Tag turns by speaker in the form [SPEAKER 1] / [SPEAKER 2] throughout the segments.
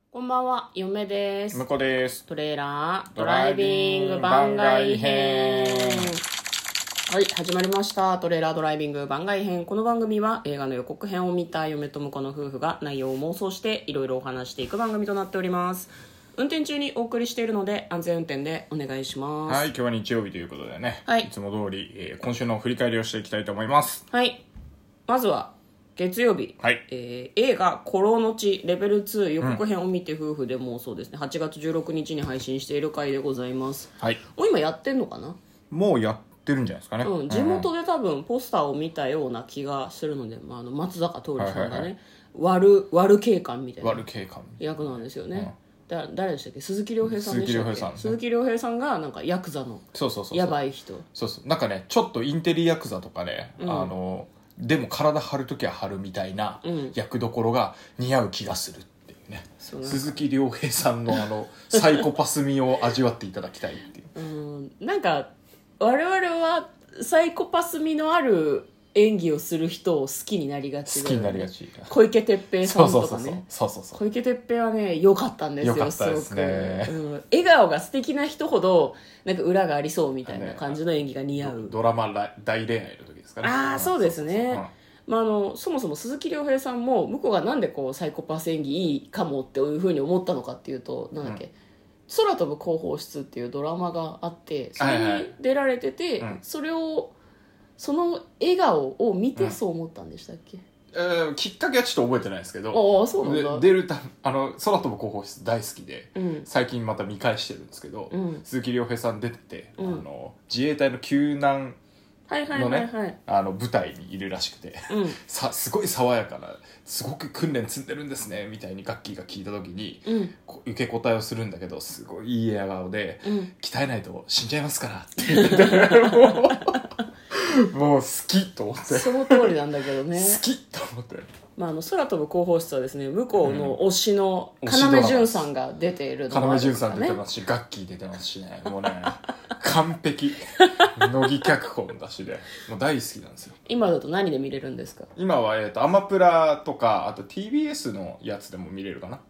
[SPEAKER 1] こんばんは、嫁です。
[SPEAKER 2] 向こうです。
[SPEAKER 1] トレーラードライビング番外編。はい、始まりました。トレーラードライビング番外編。この番組は映画の予告編を見た嫁と婿の夫婦が内容を妄想していろいろお話していく番組となっております。運転中にお送りしているので安全運転でお願いします。
[SPEAKER 2] はい、今日は日曜日ということでね、
[SPEAKER 1] はい
[SPEAKER 2] いつも通り、今週の振り返りをしていきたいと思います。
[SPEAKER 1] はい、まずは月曜日、
[SPEAKER 2] はい
[SPEAKER 1] 映画「孤狼の血レベル2」予告編を見て夫婦でもそうですね、8月16日に配信している回でございます。
[SPEAKER 2] はい、
[SPEAKER 1] もう今やってんのかな。
[SPEAKER 2] もうやってるんじゃないですかね。
[SPEAKER 1] 地元で多分ポスターを見たような気がするので、松坂桃李さんがね、悪警官みたいな
[SPEAKER 2] 悪警官
[SPEAKER 1] 役なんですよね。誰でしたっけ、鈴木亮平さんでしたっけ。
[SPEAKER 2] 鈴木亮平さんね
[SPEAKER 1] 鈴木亮平さんがなんかヤクザの
[SPEAKER 2] そう
[SPEAKER 1] やばい人。
[SPEAKER 2] そうなんかね、ちょっとインテリヤクザとかね、でも体張るときは張るみたいな役どころが似合う気がするっていうね、鈴木亮平さんのサイコパス味を味わっていただきたいっていう。
[SPEAKER 1] なんか我々はサイコパス味のある演技をする人を好きになりがちで、
[SPEAKER 2] 好きになりがち。
[SPEAKER 1] 小池徹平さんとかね。
[SPEAKER 2] そう
[SPEAKER 1] 小池徹平はね良かったんですよ。
[SPEAKER 2] 良かったですね。
[SPEAKER 1] すごく、笑顔が素敵な人ほどなんか裏がありそうみたいな感じの演技が似合う。
[SPEAKER 2] ドラマ大恋愛の時ですかね。
[SPEAKER 1] ああ、そうですね。そもそも鈴木亮平さんも向こうがなんでこうサイコパス演技いいかもっていうふうに思ったのかっていうと、なんだっけ、空飛ぶ広報室っていうドラマがあって、それに出られてて、その笑顔を見てそう思ったんでしたっけ。
[SPEAKER 2] きっかけはちょっと覚えてないですけど、
[SPEAKER 1] ああ、そうなんだ。
[SPEAKER 2] 出る空飛ぶ広報室大好きで、最近また見返してるんですけど、鈴木亮平さん出てて、自衛隊の救難のね、舞台にいるらしくて、すごい爽やかな、すごく訓練積んでるんですねみたいにガッキーが聞いた時に、受け答えをするんだけど、すごいいい笑顔で、鍛えないと死んじゃいますからって言っててもう好きと思って。
[SPEAKER 1] その通りなんだけどね。
[SPEAKER 2] 好きと思って。
[SPEAKER 1] 空飛ぶ広報室はですね、向こうの推しの要潤さんが出ているのがあるんですかね。
[SPEAKER 2] 要潤さん出てますし、ガッキー出てますしね、もうね完璧乃木脚本だしで、もう大好きなんですよ。
[SPEAKER 1] 今だと何で見れるんですか。
[SPEAKER 2] 今はアマプラとか、あと TBS のやつでも見れるかな。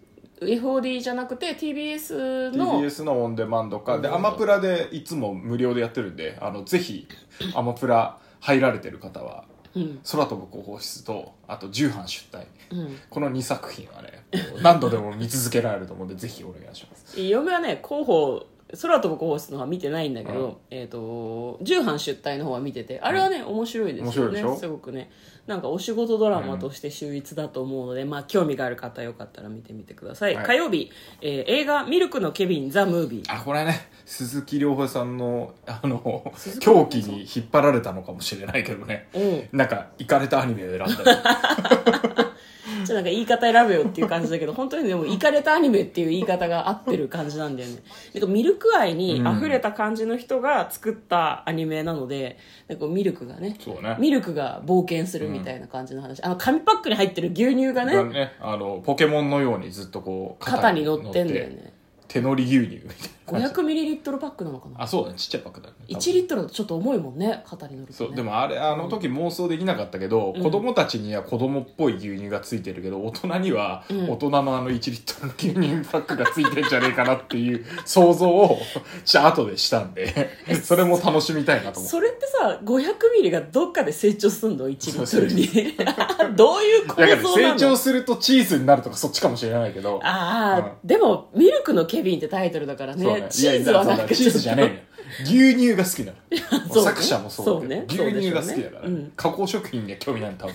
[SPEAKER 1] FOD じゃなくて TBS の
[SPEAKER 2] TBS のオンデマンドかで、アマプラでいつも無料でやってるんで、ぜひアマプラ入られてる方は、空飛ぶ広報室とあと重版出退、この2作品はね何度でも見続けられると思うんでぜひお願いします。
[SPEAKER 1] 嫁はね、空飛ぶ広報室の方は見てないんだけど、重版出退の方は見てて、あれはね、面白いですよね。すごくね、なんかお仕事ドラマとして秀逸だと思うので、興味がある方はよかったら見てみてください。火曜日、映画ミルクのケビンザ・ムービー。
[SPEAKER 2] これね、鈴木亮平さんの狂気に引っ張られたのかもしれないけどね、なんかイカれたアニメを選んだ
[SPEAKER 1] なんか言い方選べよっていう感じだけど、本当にでもイカれたアニメっていう言い方が合ってる感じなんだよね。なんかミルク愛に溢れた感じの人が作ったアニメなので、なんかミルクがね、ミルクが冒険するみたいな感じの話、紙パックに入ってる牛乳がね、
[SPEAKER 2] ポケモンのようにずっとこう
[SPEAKER 1] 肩に乗ってんだよね。
[SPEAKER 2] 手乗り牛乳みたいな。
[SPEAKER 1] 500ml パックなのかな。
[SPEAKER 2] そうだね、ちっちゃいパックだね。
[SPEAKER 1] 1リットルだとちょっと重いもんね、肩に乗るとね。
[SPEAKER 2] そう、でもあの時妄想できなかったけど、子供たちには子供っぽい牛乳がついてるけど、大人には大人の1リットルの牛乳パックがついてんじゃねえかなっていう想像を後でしたんでそれも楽しみたいなと思って。
[SPEAKER 1] それってさ、500ml がどっかで成長すんの、1リットルにどういう構造なの。
[SPEAKER 2] 成長するとチーズになるとかそっちかもしれないけど、
[SPEAKER 1] でもミルクのケビンってタイトルだからね、チーズはなんか
[SPEAKER 2] チーズじゃねえのよ、牛乳が好きなの作者もそうだけど、牛乳が好きだから、加工食品には興味ないの多分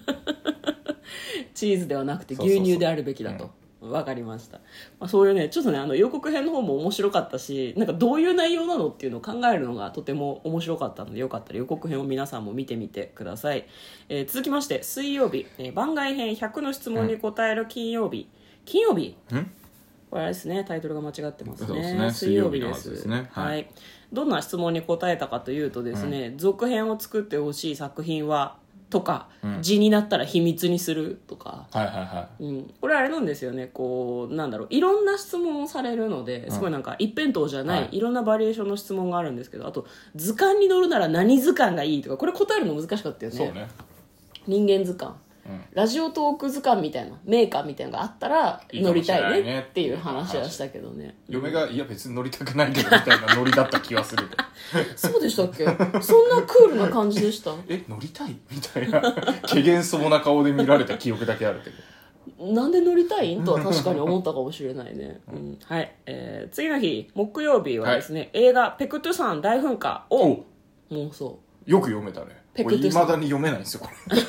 [SPEAKER 1] チーズではなくて牛乳であるべきだと。わかりました。そういうね、ちょっとね、予告編の方も面白かったし、なんかどういう内容なのっていうのを考えるのがとても面白かったので、よかったら予告編を皆さんも見てみてください。続きまして水曜日、番外編100の質問に答える金曜日。これあれですね、タイトルが間違ってますね。
[SPEAKER 2] そうですね、
[SPEAKER 1] 水曜日です。
[SPEAKER 2] 水曜日のはずですね。
[SPEAKER 1] はい。どんな質問に答えたかというとですね、続編を作ってほしい作品はとか、字になったら秘密にするとか、これあれなんですよね、こうなんだろう、いろんな質問をされるので、すごいなんか一辺倒じゃない、いろんなバリエーションの質問があるんですけど、あと図鑑に乗るなら何図鑑がいいとか、これ答えるの難しかったよね。
[SPEAKER 2] そうね、
[SPEAKER 1] 人間図鑑、 ラジオトーク図鑑みたいなメーカーみたいなのがあったら乗りたいねっていう話はしたけどね。
[SPEAKER 2] 嫁がいや別に乗りたくないけどみたいなノリだった気がする
[SPEAKER 1] そうでしたっけ？そんなクールな感じでした？
[SPEAKER 2] 乗りたいみたいな怪げそうな顔で見られた記憶だけあるけど
[SPEAKER 1] なんで乗りたいんとは確かに思ったかもしれないね、はい、次の日木曜日はですね、はい、映画「ペクトゥサン大噴火」を妄想。
[SPEAKER 2] よく読めたね。いまだに読めないんですよこれ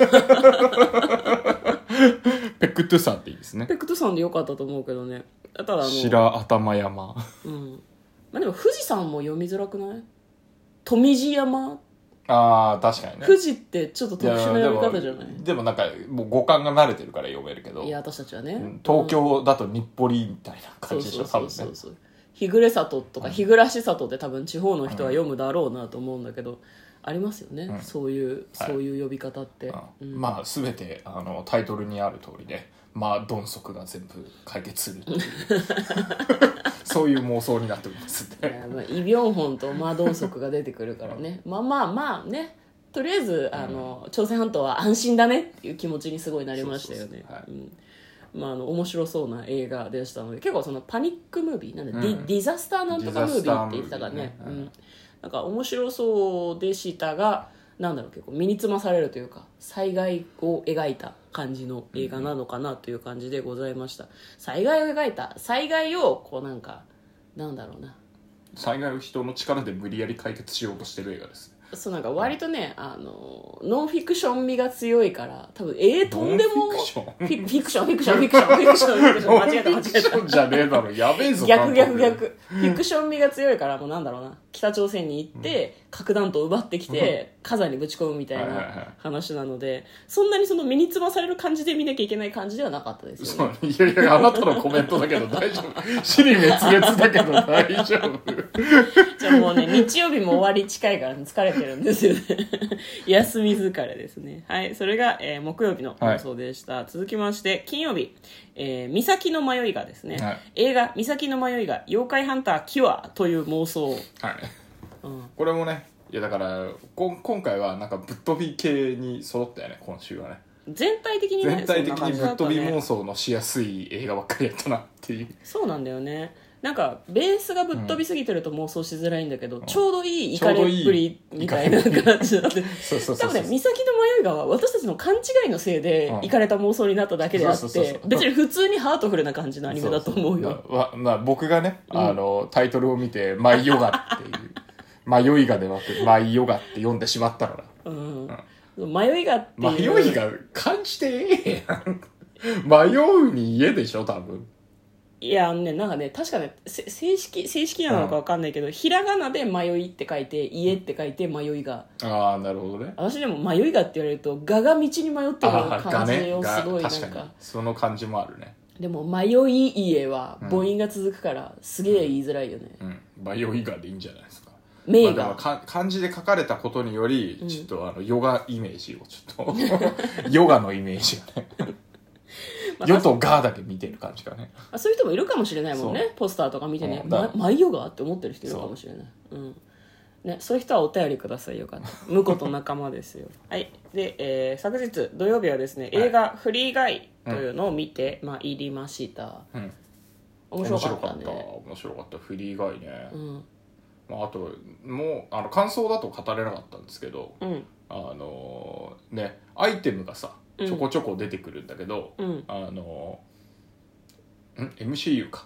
[SPEAKER 2] ペクトゥサンっていいですね。
[SPEAKER 1] ペクトゥサンでよかったと思うけどね。ただ
[SPEAKER 2] 白頭山、
[SPEAKER 1] まあ、でも富士山も読みづらくない？富士山。
[SPEAKER 2] あー確かにね。
[SPEAKER 1] 富士ってちょっと特殊な読み方じゃない？
[SPEAKER 2] でもなんかもう五感が慣れてるから読めるけど、
[SPEAKER 1] いや私たちはね、
[SPEAKER 2] 東京だと日暮里みたいな感じでしょ多分ね。
[SPEAKER 1] 日暮里とか日暮里って多分地方の人は読むだろうなと思うんだけど、ありますよね、そういう呼び方って、
[SPEAKER 2] まあ全てタイトルにある通りでまあ鈍足が全部解決するっていうそういう妄想になっておりますんで
[SPEAKER 1] イ・ビョンホンとマ・ドンソクが出てくるからね、まあね、とりあえず朝鮮半島は安心だねっていう気持ちにすごいなりましたよね。面白そうな映画でしたので、結構そのパニックムービーなんで、ディザスターなんとかムービーって言ってたからね、なんか面白そうでしたが、なんだろう、結構身につまされるというか災害を描いた感じの映画なのかなという感じでございました。災害をこうなんだろうな、
[SPEAKER 2] 災害を人の力で無理やり解決しようとしてる映画です。
[SPEAKER 1] そうなんか割とね、ノンフィクション味が強いから多分とんでもフィクション間違えた
[SPEAKER 2] ノンフィクションじゃねえだろ、やべえぞ。
[SPEAKER 1] 逆フィクション味が強いから、もうなんだろうな、北朝鮮に行って核弾頭を奪ってきて火山にぶち込むみたいな話なので、そんなにその身につまされる感じで見なきゃいけない感じではなかったですよね。
[SPEAKER 2] いやあなたのコメントだけど大丈夫支離滅裂だけど大丈夫
[SPEAKER 1] じゃあもうね、日曜日も終わり近いから疲れてるんですよね休み疲れですね。はい、それが、木曜日の放送でした、続きまして金曜日、岬の迷いがですね、映画岬の迷いが妖怪ハンターキュアという妄想、
[SPEAKER 2] これもね、いやだから今回はなんかぶっ飛び系に揃ったよね。今週はね
[SPEAKER 1] 全体的にぶっ
[SPEAKER 2] 飛び妄想のしやすい映画ばっかりやったなっていう。
[SPEAKER 1] そうなんだよね。なんかベースがぶっ飛びすぎてると妄想しづらいんだけど、ちょうどいいイカれっぷりみたいな感じになって多分ね、岬の迷いがは私たちの勘違いのせいでイカれた妄想になっただけであって、別に普通にハートフルな感じのアニメだと思うよ。
[SPEAKER 2] 僕がね、タイトルを見てマイヨガっていう迷いがではなくマイヨガって読んでしまったのだ。迷いがっていう迷いが感じてええやん迷うに家でしょ多分。
[SPEAKER 1] いやね、なんかね、確かね、正式なのか分かんないけど、ひらがなで迷いって書いて家って書いて迷いが。
[SPEAKER 2] ああなるほどね。
[SPEAKER 1] 私でも迷いがって言われるとが道に迷ってる感じをすごいなん
[SPEAKER 2] 確かにその感じもあるね。
[SPEAKER 1] でも迷い家は母音が続くからすげえ言いづらいよね。
[SPEAKER 2] 迷いがでいいんじゃないですか。
[SPEAKER 1] 名画、
[SPEAKER 2] 漢字で書かれたことによりちょっとヨガイメージをちょっとヨガのイメージがねヨとガーだけ見てる感じがね。
[SPEAKER 1] そういう人もいるかもしれないもんね。ポスターとか見てね、マイヨガって思ってる人いるかもしれない。ね、そういう人はお便りくださいよかった。婿と仲間ですよはいで、昨日土曜日はですね、映画「フリーガイ」というのを見て、入りました。面白かったね。
[SPEAKER 2] 面白かったフリーガイね。あともう感想だと語れなかったんですけど、ね、アイテムがさちょこちょこ出てくるんだけど、MCU か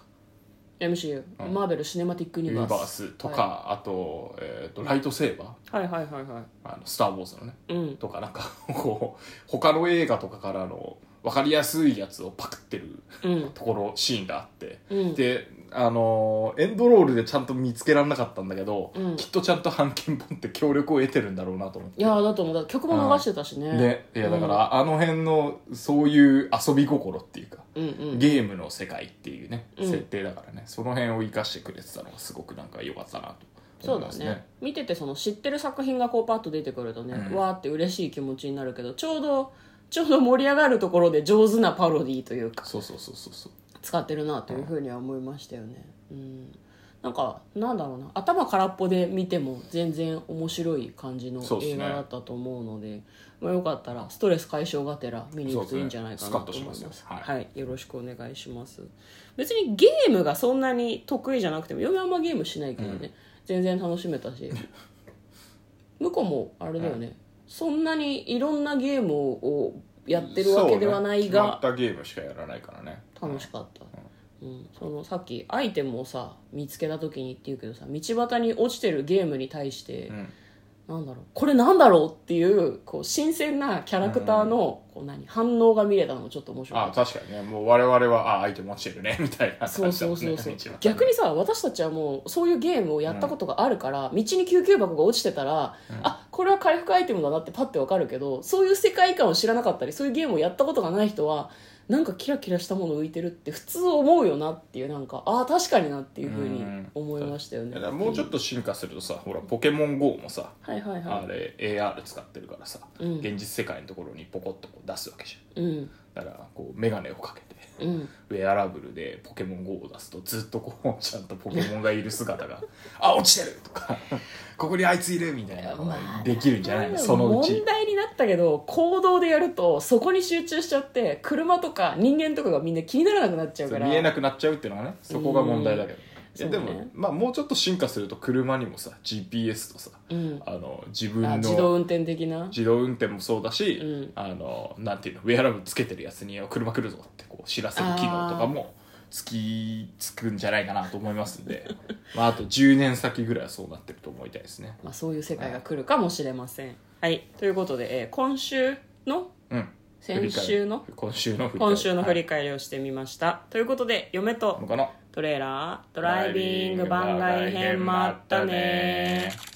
[SPEAKER 1] MCU、マーベル・シネマティック・ユニバース
[SPEAKER 2] とか、あと、ライトセーバ
[SPEAKER 1] ー、
[SPEAKER 2] スター・ウォーズのね、とかなんかこう他の映画とかからの分かりやすいやつをパクってるところ、シーンがあって、でエンドロールでちゃんと見つけられなかったんだけど、きっとちゃんと版権本って協力を得てるんだろうなと思って。
[SPEAKER 1] いやだと思う。曲も流してたしね。
[SPEAKER 2] いやだから、あの辺のそういう遊び心っていうか、ゲームの世界っていうね、設定だからね、その辺を生かしてくれてたのがすごくなんか良かったなと思いますね。そうだね。見ててその知ってる作品がこうパッと出てくるとね、わーって嬉しい気持ちになるけど、ちょうど盛り上がるところで上手なパロディーというか、 そう
[SPEAKER 1] 使ってるなというふうには思いましたよね。 なんかなんだろうな、頭空っぽで見ても全然面白い感じの映画だったと思うので、まあ、よかったらストレス解消がてら見に行くといいんじゃないかなと思います。はい、よろしくお願いします。別にゲームがそんなに得意じゃなくても、嫁はあんまゲームしないけどね、全然楽しめたし向こうもあれだよね、そんなにいろんなゲームをやってるわけではないが、
[SPEAKER 2] 決まったゲームしかやらないからね、
[SPEAKER 1] 楽しかった。そのさっきアイテムをさ見つけた時にって言うけどさ、道端に落ちてるゲームに対して、なんだろう、これなんだろうっていう、こう新鮮なキャラクターの、こう反応が見れたのもちょっと面白かった。
[SPEAKER 2] 確かにね、もう我々はアイテム落ちてるねみたいな感じだもんね。
[SPEAKER 1] そう逆にさ、私たちはもうそういうゲームをやったことがあるから、道に救急箱が落ちてたら、これは回復アイテムだなってパッてわかるけど、そういう世界観を知らなかったり、そういうゲームをやったことがない人はなんかキラキラしたもの浮いてるって普通思うよなっていう、なんか確かになっていうふうに思いましたよね。
[SPEAKER 2] もうちょっと進化するとさ、ほらポケモン GO もさ、
[SPEAKER 1] あれ
[SPEAKER 2] AR 使ってるからさ、現実世界のところにポコッとこう出すわけじゃん、だからこうメガネをかけて、ウェアラブルでポケモン GO を出すとずっとこうちゃんとポケモンがいる姿が落ちてるとかここにあいついるみたいなのができるんじゃないの、そのうち。
[SPEAKER 1] 問題になったけど、行動でやるとそこに集中しちゃって、車とか人間とかがみんな気にならなくなっちゃうから、
[SPEAKER 2] 見えなくなっちゃうっていうのがね、そこが問題だけど、でも、もうちょっと進化すると車にもさ GPS とさ、自分の
[SPEAKER 1] 自動運転的な、
[SPEAKER 2] 自動運転もそうだし、なんていうの、ウェアラブルつけてるやつに車来るぞってこう知らせる機能とかもつくんじゃないかなと思いますんであと10年先ぐらいはそうなってると思いたいですね。
[SPEAKER 1] そういう世界が来るかもしれません。はい、ということで、今週の今週の振り返りをしてみました。ということで、嫁とトレーラードライビング番外編もあったね。